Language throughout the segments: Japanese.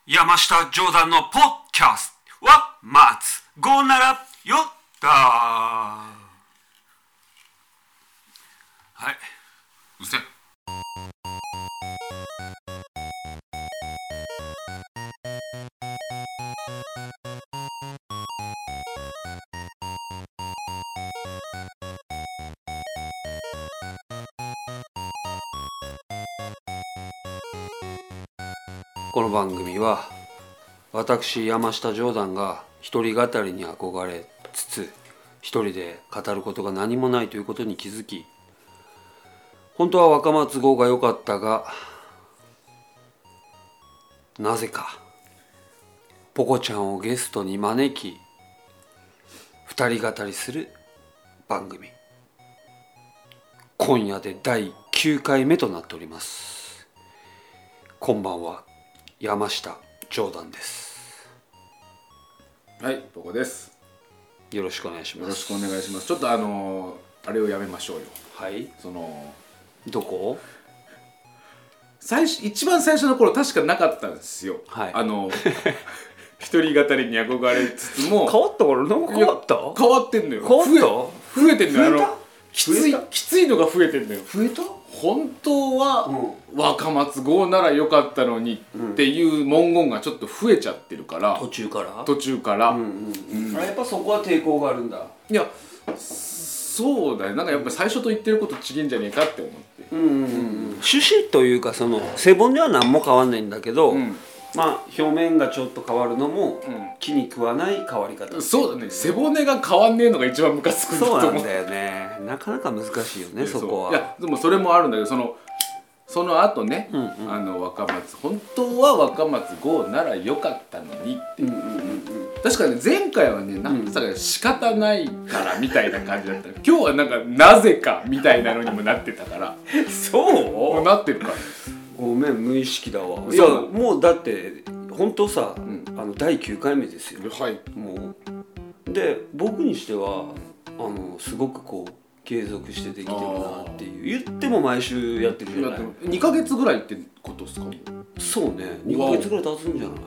山下ジョーダンのポッキャストは松5ならよったはい、うるせえ。この番組は私山下ジョーダンが一人語りに憧れつつ一人で語ることが何もないということに気づき、本当は若松号が良かったがなぜかポコちゃんをゲストに招き二人語りする番組、今夜で第9回目となっております。こんばんは、山下ジョーダンです。 はい、ポコです。 よろしくお願いします。 よろしくお願いします。ちょっとあれをやめましょうよ。 はい。 そのどこ？ 一番最初の頃確かなかったんですよ。 はい。 一人語りに憧れつつも変わったからなんか変わった？ 変わってんのよ。 変わった？ 増えてんのよ。 増えた？ きついのが増えてんのよ。 増えた？ 本当は、若松号ならよかったのにっていう文言がちょっと増えちゃってるから、 途中から、 やっぱそこは抵抗があるんだ。 いや、そうだよ。なんかやっぱ最初と言ってること違うんじゃねえかって思って、 趣旨というかその背骨は何も変わんないんだけど、まあ表面がちょっと変わるのも気に食わない変わり方。 そうだね。背骨が変わんねえのが一番ムカつくんだと思う。 そうなんだよね。なかなか難しいよね、そこは。 いやでもそれもあるんだけど、その後ね、若松、本当は若松号ならよかったのにって、確かに前回はね、なんか仕方ないからみたいな感じだった今日はなんかなぜかみたいなのにもなってたからそうなってるから。 ごめん、無意識だわ。いやもうだって本当さ、第9回目ですよ。 はい。 もうで僕にしてはすごくこう継続してできてるなっていう、言っても毎週やってるじゃない。 2ヶ月ぐらいってことですか？ そうね、2ヶ月ぐらい経つんじゃない。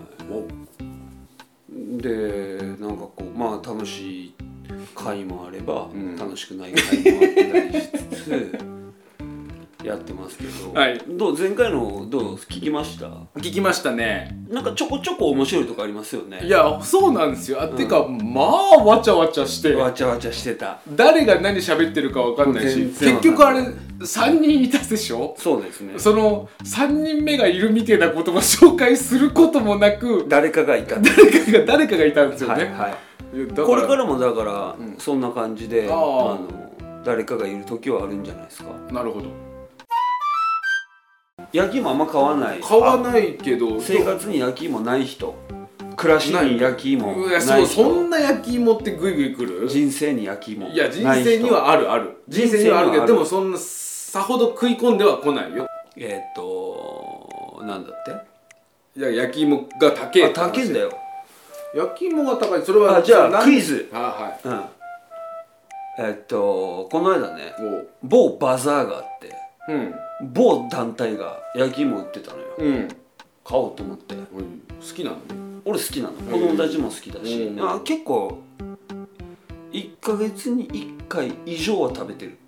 でなんかこうまあ楽しい回もあれば、楽しくない回もあったりしつつやってますけど、 はい、 前回のどう聞きました？ 聞きましたね。 なんかちょこちょこ面白いとこありますよね。 いやそうなんですよ。てかまあわちゃわちゃしてた。 誰が何喋ってるかわかんないし、結局あれ3人いたでしょ。 そうですね。 その3人目がいるみたいなことも紹介することもなく、 誰かがいたんですよね。 はい、これからもだから、そんな感じで誰かがいる時はあるんじゃないですか。 なるほど。 焼き芋あんま買わないけど、 生活に焼き芋ない人、暮らしに焼き芋ない人、 そんな焼き芋ってグイグイくる？ 人生に焼き芋、 いや人生にはある人生にはあるけど、でもそんなさほど食い込んでは来ないよ。 なんだって？ いや焼き芋が高いんだよ。 焼き芋が高い。それはじゃあクイズ。 はい。 この間ね、某バザーがあって、某団体が焼き芋売ってたのよ。買おうと思って。 好きなのね。 俺好きなの。子供たちも好きだし、結構1ヶ月に1回以上は食べてる。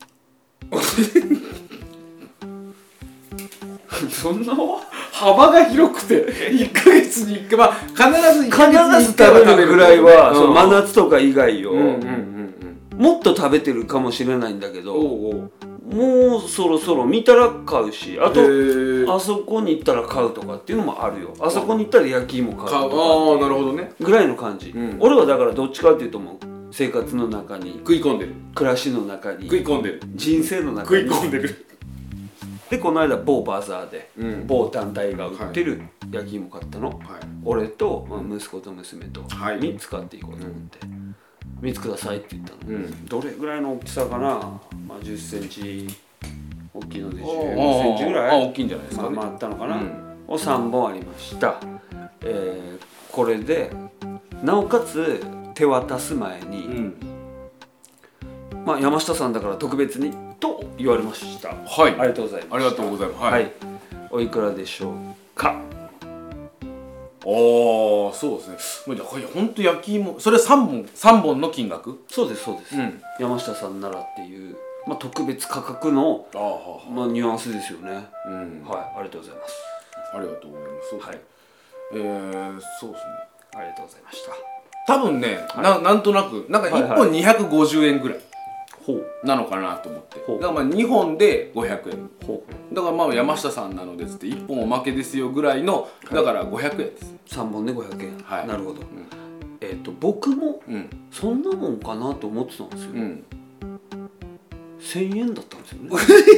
そんな幅が広くて1ヶ月に1回、まあ必ず食べるぐらいは、その真夏とか以外をもっと食べてるかもしれないんだけど、もうそろそろ見たら買うし、あとあそこに行ったら買うとかっていうのもあるよ。あそこに行ったら焼き芋買うとか、 なるほどね、 ぐらいの感じ。俺はだからどっちかっていうともう生活の中に食い込んでる、 暮らしの中に食い込んでる、 人生の中に食い込んでる。 でこの間某バザーで、某団体が売ってる焼き芋買ったの。俺と、息子と娘と3つ買っていこうと思って、3つくださいって言ったの。どれぐらいの大きさかな、まあ10センチ大きいので15センチぐらい大きいんじゃないですかね。 あったのかな、3本ありました。これでなおかつ手渡す前に、まあ山下さんだから特別にと言われました。 はい、 ありがとうございます。 ありがとうございます。 はい、おいくらでしょうか？ そうですね。これ本当焼き芋、それ3本の金額？ そうですそうです、山下さんならっていう、特別価格のニュアンスですよね。はい、ありがとうございます。 ありがとうございます。そうですね。そうですね。 ありがとうございました。 多分ね、なんとなく1本250円ぐらいなのかなと思って、だから2本で500円、だから山下さんなのでつって1本おまけですよぐらいの、だから500円です。 3本で500円、なるほど。僕もそんなもんかなと思ってたんですよ。1000円だったんですよね。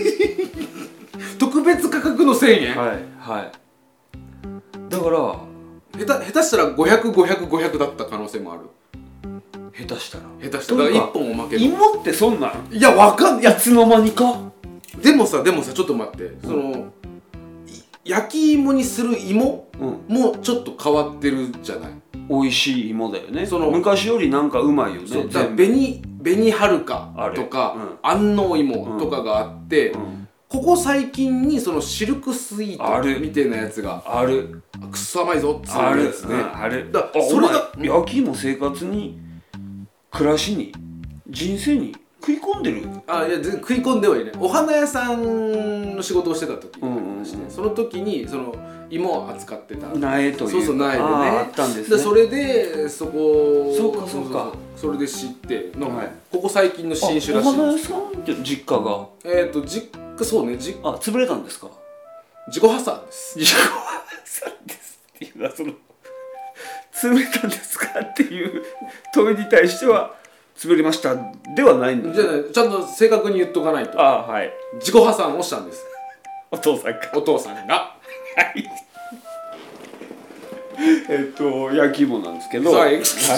特別価格の1000円。 はいはい。だから下手したら500だった可能性もある。 下手したらだから1本おまけ。 芋ってそんなん、 いやわかんない、 いつの間にか。 でもさちょっと待って、その焼き芋にする芋もちょっと変わってるじゃない。 美味しい芋だよね。昔よりなんかうまいよね。 紅はるかとか安納芋とかがあって、ここ最近にそのシルクスイートみたいなやつがある。 くっそ甘いぞっつうやつね。 ある。それが焼き芋生活に、暮らしに、人生に食い込んでる。 いや全然食い込んではいない。お花屋さんの仕事をしてた時がありまして、その時にその芋を扱ってた苗という、 そう苗でねあったんですね。 それでそうかそれで知って、ここ最近の新種らしい。 お花屋さんって実家がそうね、 潰れたんですか？ 自己破産です。 自己破産ですっていうのは、潰れたんですかっていう問いに対しては、潰れましたではないんです。 じゃあちゃんと正確に言っとかないと。 はい。 自己破産をしたんです。 お父さんが。はい。焼き芋なんですけど。はい。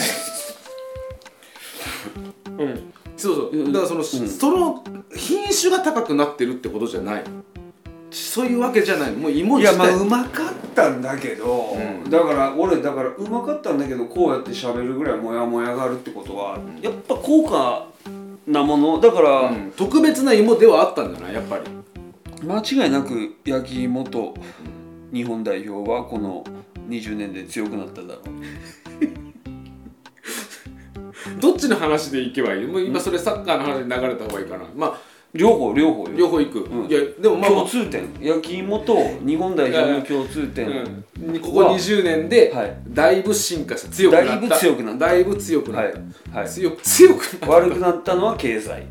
そうだからその品種が高くなってるってことじゃない。そういうわけじゃない。もう芋自体。うまかったんだけど、だからうまかったんだけど、こうやって喋るぐらいモヤモヤがあるってことは、やっぱ高価なものだから、 特別な芋ではあったんじゃない？やっぱり間違いなく焼き芋と日本代表はこの20年で強くなっただろう。 どっちの話でいけばいい？もう今それサッカーの話に流れた方がいいかな。 両方行く、 いやでも共通点、焼き芋と日本代表の共通点、 ここ20年でだいぶ進化した、強くなった、だいぶ強くなった、強くなった。 悪くなったのは経済。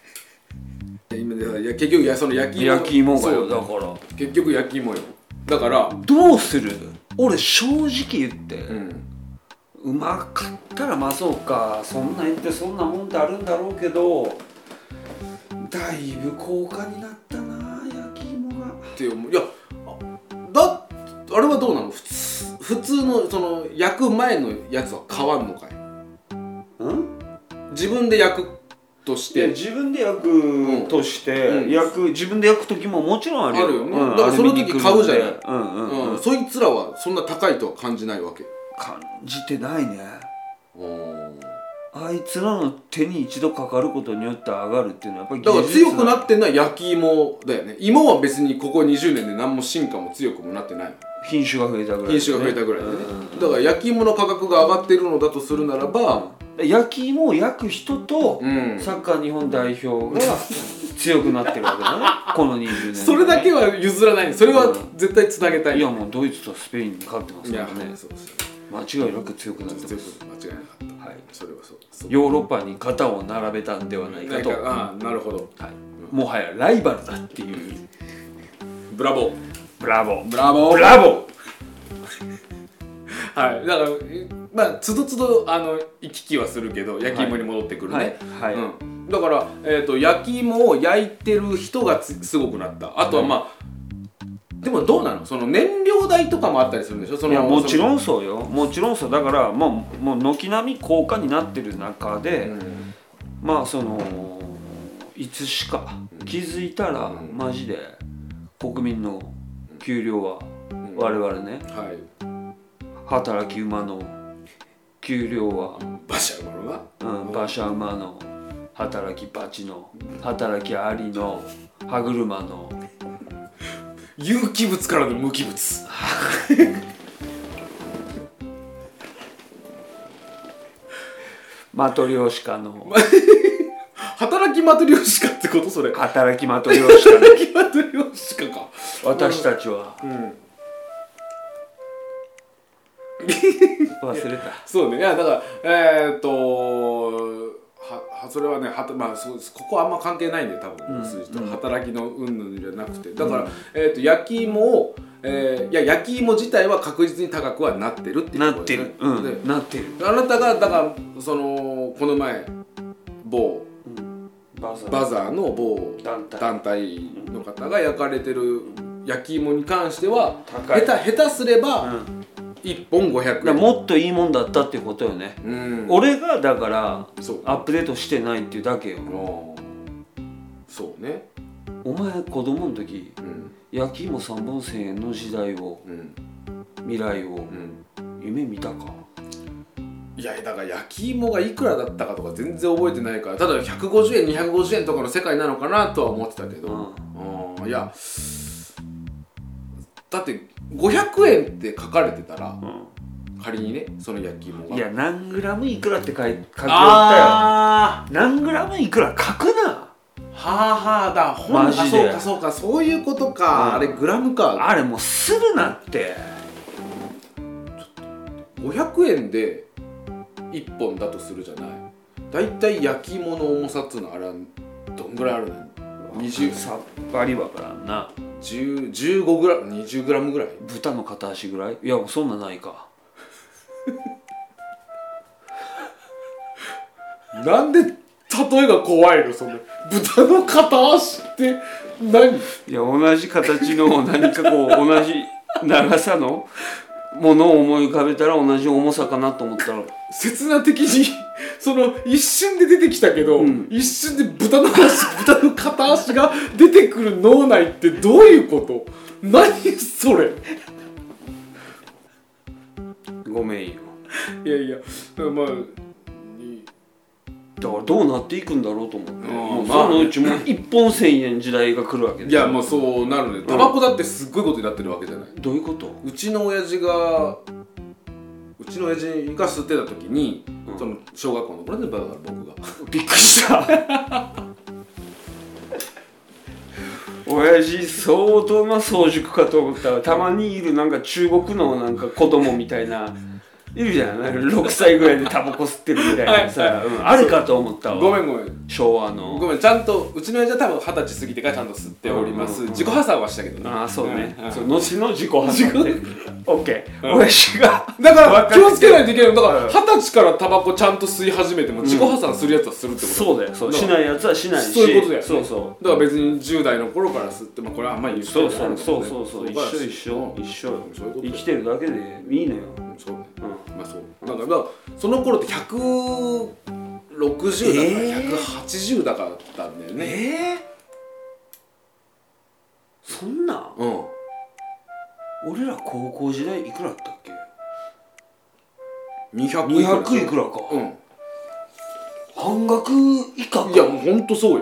結局その焼き芋がよ、だから結局焼き芋よ。だからどうする？俺正直言って、うまかったらそうか、そんな言ってそんなもんってあるんだろうけど、だいぶ高価になったな、焼き芋が。 って思う。いやあれはどうなの？普通のその焼く前のやつは変わんのかい？自分で焼くとして。 自分で焼くとして、自分で焼く時ももちろんあるよね。 だからその時買うじゃない。そいつらはそんな高いとは感じないわけ。 感じてないね。あいつらの手に一度かかることによって上がるっていうのはやっぱりだから強くなってんのは焼き芋だよね。芋は別にここ20年で何も進化も強くもなってない。 品種が増えたぐらい、 品種が増えたぐらいでね。だから焼き芋の価格が上がってるのだとするならば、 焼き芋を焼く人とサッカー日本代表が強くなってるわけだね。この20年、 それだけは譲らない。それは絶対つなげたい。 いやもうドイツとスペインに勝ってますからね。間違いなく強くなってます。 間違いなかった。はい、それはそう。 ヨーロッパに肩を並べたんではないかと。 なるほど。 はい。もはやライバルだっていう。 ブラボー。 ブラボー。 ブラボー。 ブラボー。 はい。だからつどつど行き来はするけど、焼き芋に戻ってくるね。 はい。 だから焼き芋を焼いてる人がすごくなった。あとはでもどうなの？その燃料代とかもあったりするんでしょ？いやもちろんそうよ。もちろんそう。だからもう軒並み高価になってる中で、いつしか気づいたらマジで国民の給料は我々ね、働き馬の給料は馬車馬は？ 馬車馬の働きバチの働きアリの歯車の有機物からの無機物マトリョーシカの働きマトリョーシカってことそれ。 働きマトリョーシカ、ね、 働きマトリョーシカか。 私たちは、忘れた。 そうね。いやだからそれはねまあそうです。ここはあんま関係ないんで多分、数字と働きの云々じゃなくて、だから、焼き芋を、いや焼き芋自体は確実に高くはなってるっていうことですね。 なってる。 あなたがだからこの前某バザーの某団体の方が焼かれてる焼き芋に関しては下手すれば1本500円。 もっといいもんだったっていうことよね。俺がだからアップデートしてないっていうだけよ。 そうね。 お前子供の時、焼き芋3本1000円の時代を、未来を、夢見たか。 いやだから焼き芋がいくらだったかとか全然覚えてないから、ただ150円250円とかの世界なのかなとは思ってたけど、いやだって500円って書かれてたら、仮にねその焼き芋が、 いや何グラムいくらって書きよったよ。何グラムいくら書くな。 だマジで。 そうかそういうことか。あれグラムか。 あれもうするなって。 500円で1本だとするじゃない。だいたい焼き芋の重さっつうのはあれはどんぐらいあるの？20 さっぱりわからんな。 15グラム20グラムぐらい。 豚の片足ぐらい。いやそんなないか。 なんで例えが怖いのそれ。豚の片足って何？ いや同じ形の何かこう同じ長さのものを思い浮かべたら同じ重さかなと思ったら、 刹那的にその一瞬で出てきたけど、一瞬で豚の片足が出てくる脳内ってどういうこと？何それ。 ごめんよ。 いやまあだからどうなっていくんだろうと思って、もうそのうちも1本1000円時代が来るわけで。 いやもうそうなるね。タバコだってすっごいことになってるわけじゃない。 どういうこと？ うちの親父が吸ってた時に、その小学校の頃で僕がびっくりした親父相当な早熟かと思ったら、たまにいるなんか中国のなんか子供みたいないるじゃん。6歳ぐらいでタバコ吸ってるみたいなさ、あるかと思ったわ。 ごめん昭和の。 ごめん、ちゃんとうちの親父は多分20歳過ぎてからちゃんと吸っております。自己破産はしたけどね。 ああそうね。後の自己破産で。オッケー。親父がだから気をつけないといけない。だから20歳からタバコちゃんと吸い始めても自己破産するやつはするってこと。 そうだよ。そうしないやつはしないし。 そういうことだよ。 そうだから別に10代の頃から吸って、これはあんまり言ってない。 そう一緒生きてるだけでいいのよ。 そうね。まあそう。だからその頃って160だから180だからだったんだよね。 そんな？俺ら高校時代いくらだったっけ？200いくらか。半額以下か。 いやもうほんとそうよ。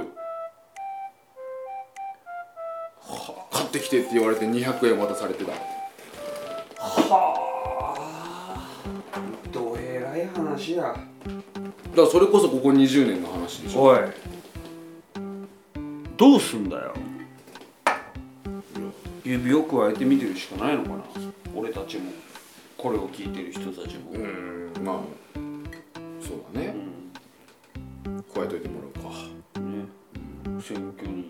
買ってきてって言われて200円渡されてた。 どえらい話や。 だからそれこそここ20年の話でしょ。 おいどうすんだよ。指をくわえて見てるしかないのかな、俺たちもこれを聞いてる人たちも。 まあそうだね、加えといてもらうか、 選挙に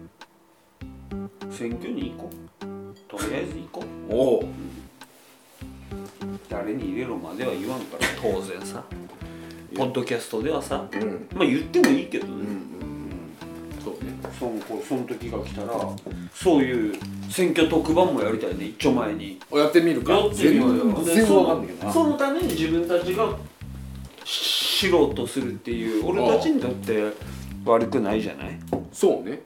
行こう。とりあえず行こう。 おお、 誰に入れろまでは言わんから当然さ。ポッドキャストではさ、まあ言ってもいいけどね。 そうね。 その時が来たらそういう選挙特番もやりたいね。一丁前にやってみるか。 全然わかんないけど、そのために自分たちが知ろうとするっていう、俺たちにとって悪くないじゃない。 そうね。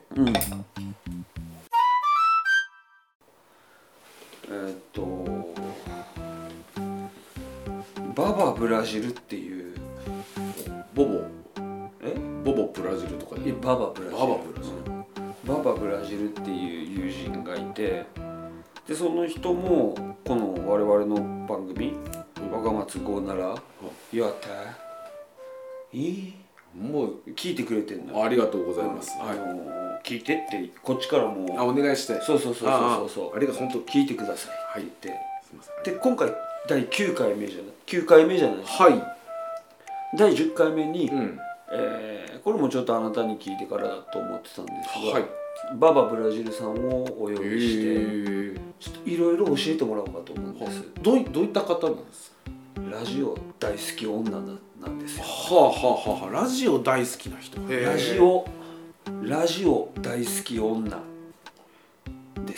ババブラジルっていうボボブラジルとかで。 ババブラジルっていう友人がいて、でその人もこの我々の番組若松号なら岩手もう聞いてくれてんの。 ありがとうございます。 聞いてってこっちからもお願いして。 そう。 ありがとう。 本当聞いてください。 はい。 って。すみません。で今回第9回目じゃない。9回目じゃないですか。 はい。 第10回目に、これもちょっとあなたに聞いてからだと思ってたんですが、ババブラジルさんをお呼びしてちょっといろいろ教えてもらおうかと思うんです。 どういった方なんですか？ ラジオ大好き女なんですよ。 ラジオ大好きな人。 ラジオ大好き女です。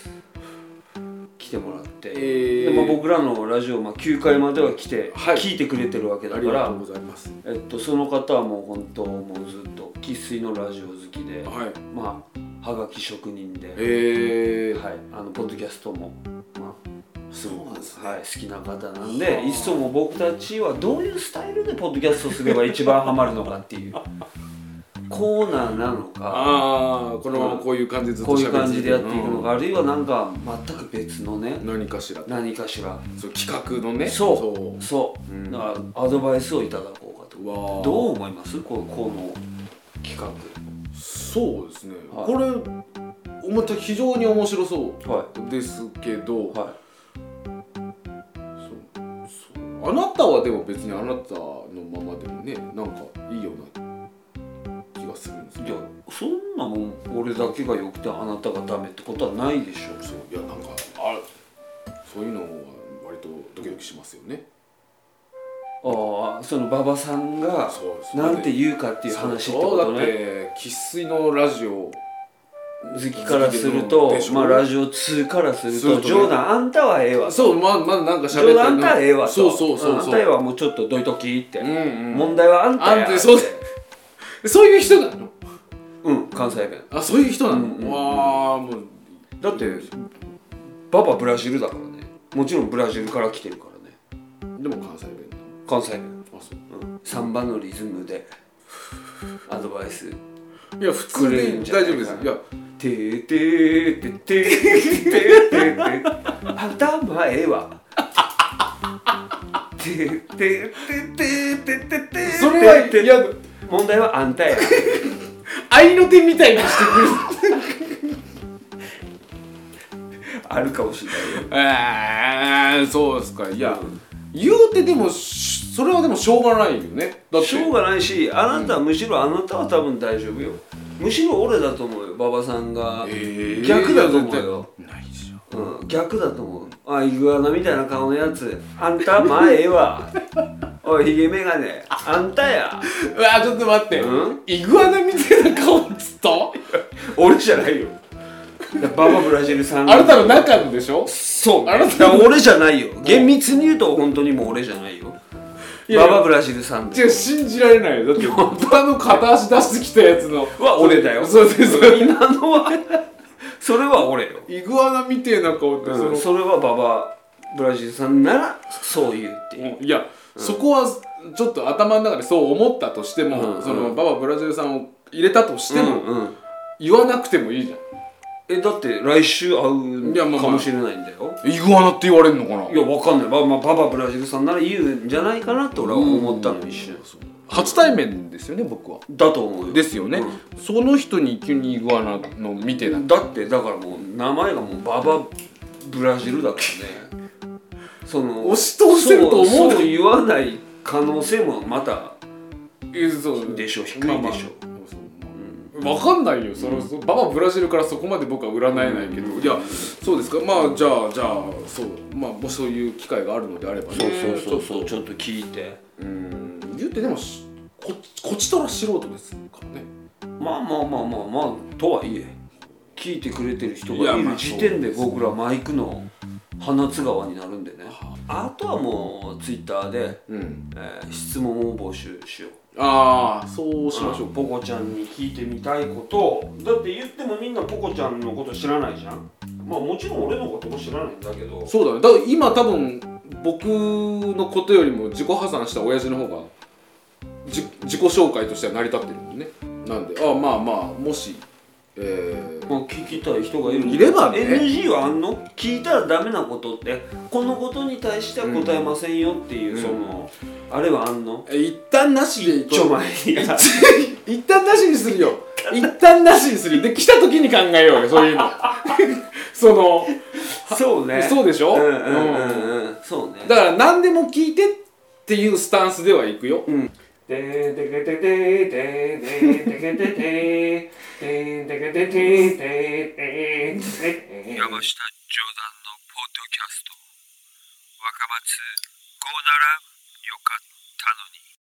来てもらって、で僕らのラジオ、9回までは来て、聞いてくれてるわけだから、 ありがとうございます。 その方はもう本当もうずっと生粋のラジオ好きで、はがき職人で、ポッドキャストもそうなんですね。 好きな方なんで、いっそも僕たちはどういうスタイルでポッドキャストすれば一番ハマるのかっていうコーナーなのか、 このままこういう感じでずっとこういう感じでやっていくのか、あるいはなんか全く別のね何かしらそう企画のねそうだからアドバイスをいただこうかと。どう思います？この企画。 そうですね、これ非常に面白そうですけど、あなたはでも別にあなたのままでもね、なんかいいような気がするんですけど。 いや、そんなもん俺だけが良くてあなたがダメってことはないでしょ。 いや、なんかそういうのは割とドキドキしますよね。 その馬場さんがなんて言うかっていう話ってことね。 だって生粋のラジオ好きからすると、ラジオ2からすると、冗談あんたはええわ。 なんか喋って冗談あんたはええわと。 そうあんたはもうちょっとどいときって。問題はあんたやって。 そういう人なの？ 関西弁。 そういう人なの？もうだってババブラジルだからね。もちろんブラジルから来てるからね。 でも関西弁。 関西弁。サンバのリズムでアドバイス。 いや、普通で大丈夫です。いや、 てーてーてーてーてーてー頭ええわ。てーてーてーてーてーてーてー。 それはいや、 問題はあんたや。 愛の手みたいにしてくる。 あるかもしれないよ。 そうですか。いや、言うてでもそれはでもしょうがないよね。だってしょうがないし、あなたはむしろあなたは多分大丈夫よ。むしろ俺だと思うよ、馬場さんが。逆だと思うよ。 ないでしょ。逆だと思う。イグアナみたいな顔のやつ、あんた前ええわ。おいヒゲメガネ、あんたや。 ちょっと待って、イグアナみたいな顔っつった俺じゃないよ。ババブラジルさん。 あなたの中のでしょ。 そう。俺じゃないよ。厳密に言うと本当にもう俺じゃないよ。ババブラジルさん。 信じられないよ。だって他の片足出してきたやつのは俺だよ。 そうです。 今のはそれは俺よ。 イグアナみてえな顔って、 それはババブラジルさんならそう言うっていう。 いや、そこはちょっと頭の中でそう思ったとしても、そのババブラジルさんを入れたとしても、言わなくてもいいじゃん。 だって来週会うかもしれないんだよ。 イグアナって言われるのかな。 いや、わかんない。ババブラジルさんなら言うんじゃないかなって俺は思ったの一瞬。 初対面ですよね、僕は。 だと思うよ。 ですよね。その人に急にイグアナの見てだってだからもう名前がもうババブラジルだからね。その押し通せると思う。 そう言わない可能性もまたでしょ、低いでしょ。 分かんないよ。ババブラジルからそこまで僕は占えないけど、いや、そうですか。じゃあそうもしそういう機会があるのであればね、 そうちょっと聞いて。 言ってでもこちとら素人ですからね。 まあとはいえ聞いてくれてる人がいる時点で僕らマイクの鼻つ川になるんでね。あとはもうツイッターで質問を募集しよう。 そうしましょう。 ポコちゃんに聞いてみたいことだって言ってもみんなポコちゃんのこと知らないじゃん。もちろん俺のことも知らないんだけど。 そうだね。だから今多分僕のことよりも自己破産した親父の方が自己紹介としては成り立ってるもんね。なんでもしまあ、聞きたい人がいればね。 NG はあんの？聞いたらダメなことってこのことに対しては答えませんよっていう、そのあれはあんの？ 一旦なしでいこう。 ちょ前に一旦なしにするよ。一旦なしにする。で来た時に考えようよ、そういうの。 そうね。 そうでしょ。 そうね。 だから何でも聞いてっていうスタンスではいくよ。 山下ジョーダンのポッドキャスト若松5ならよかったのに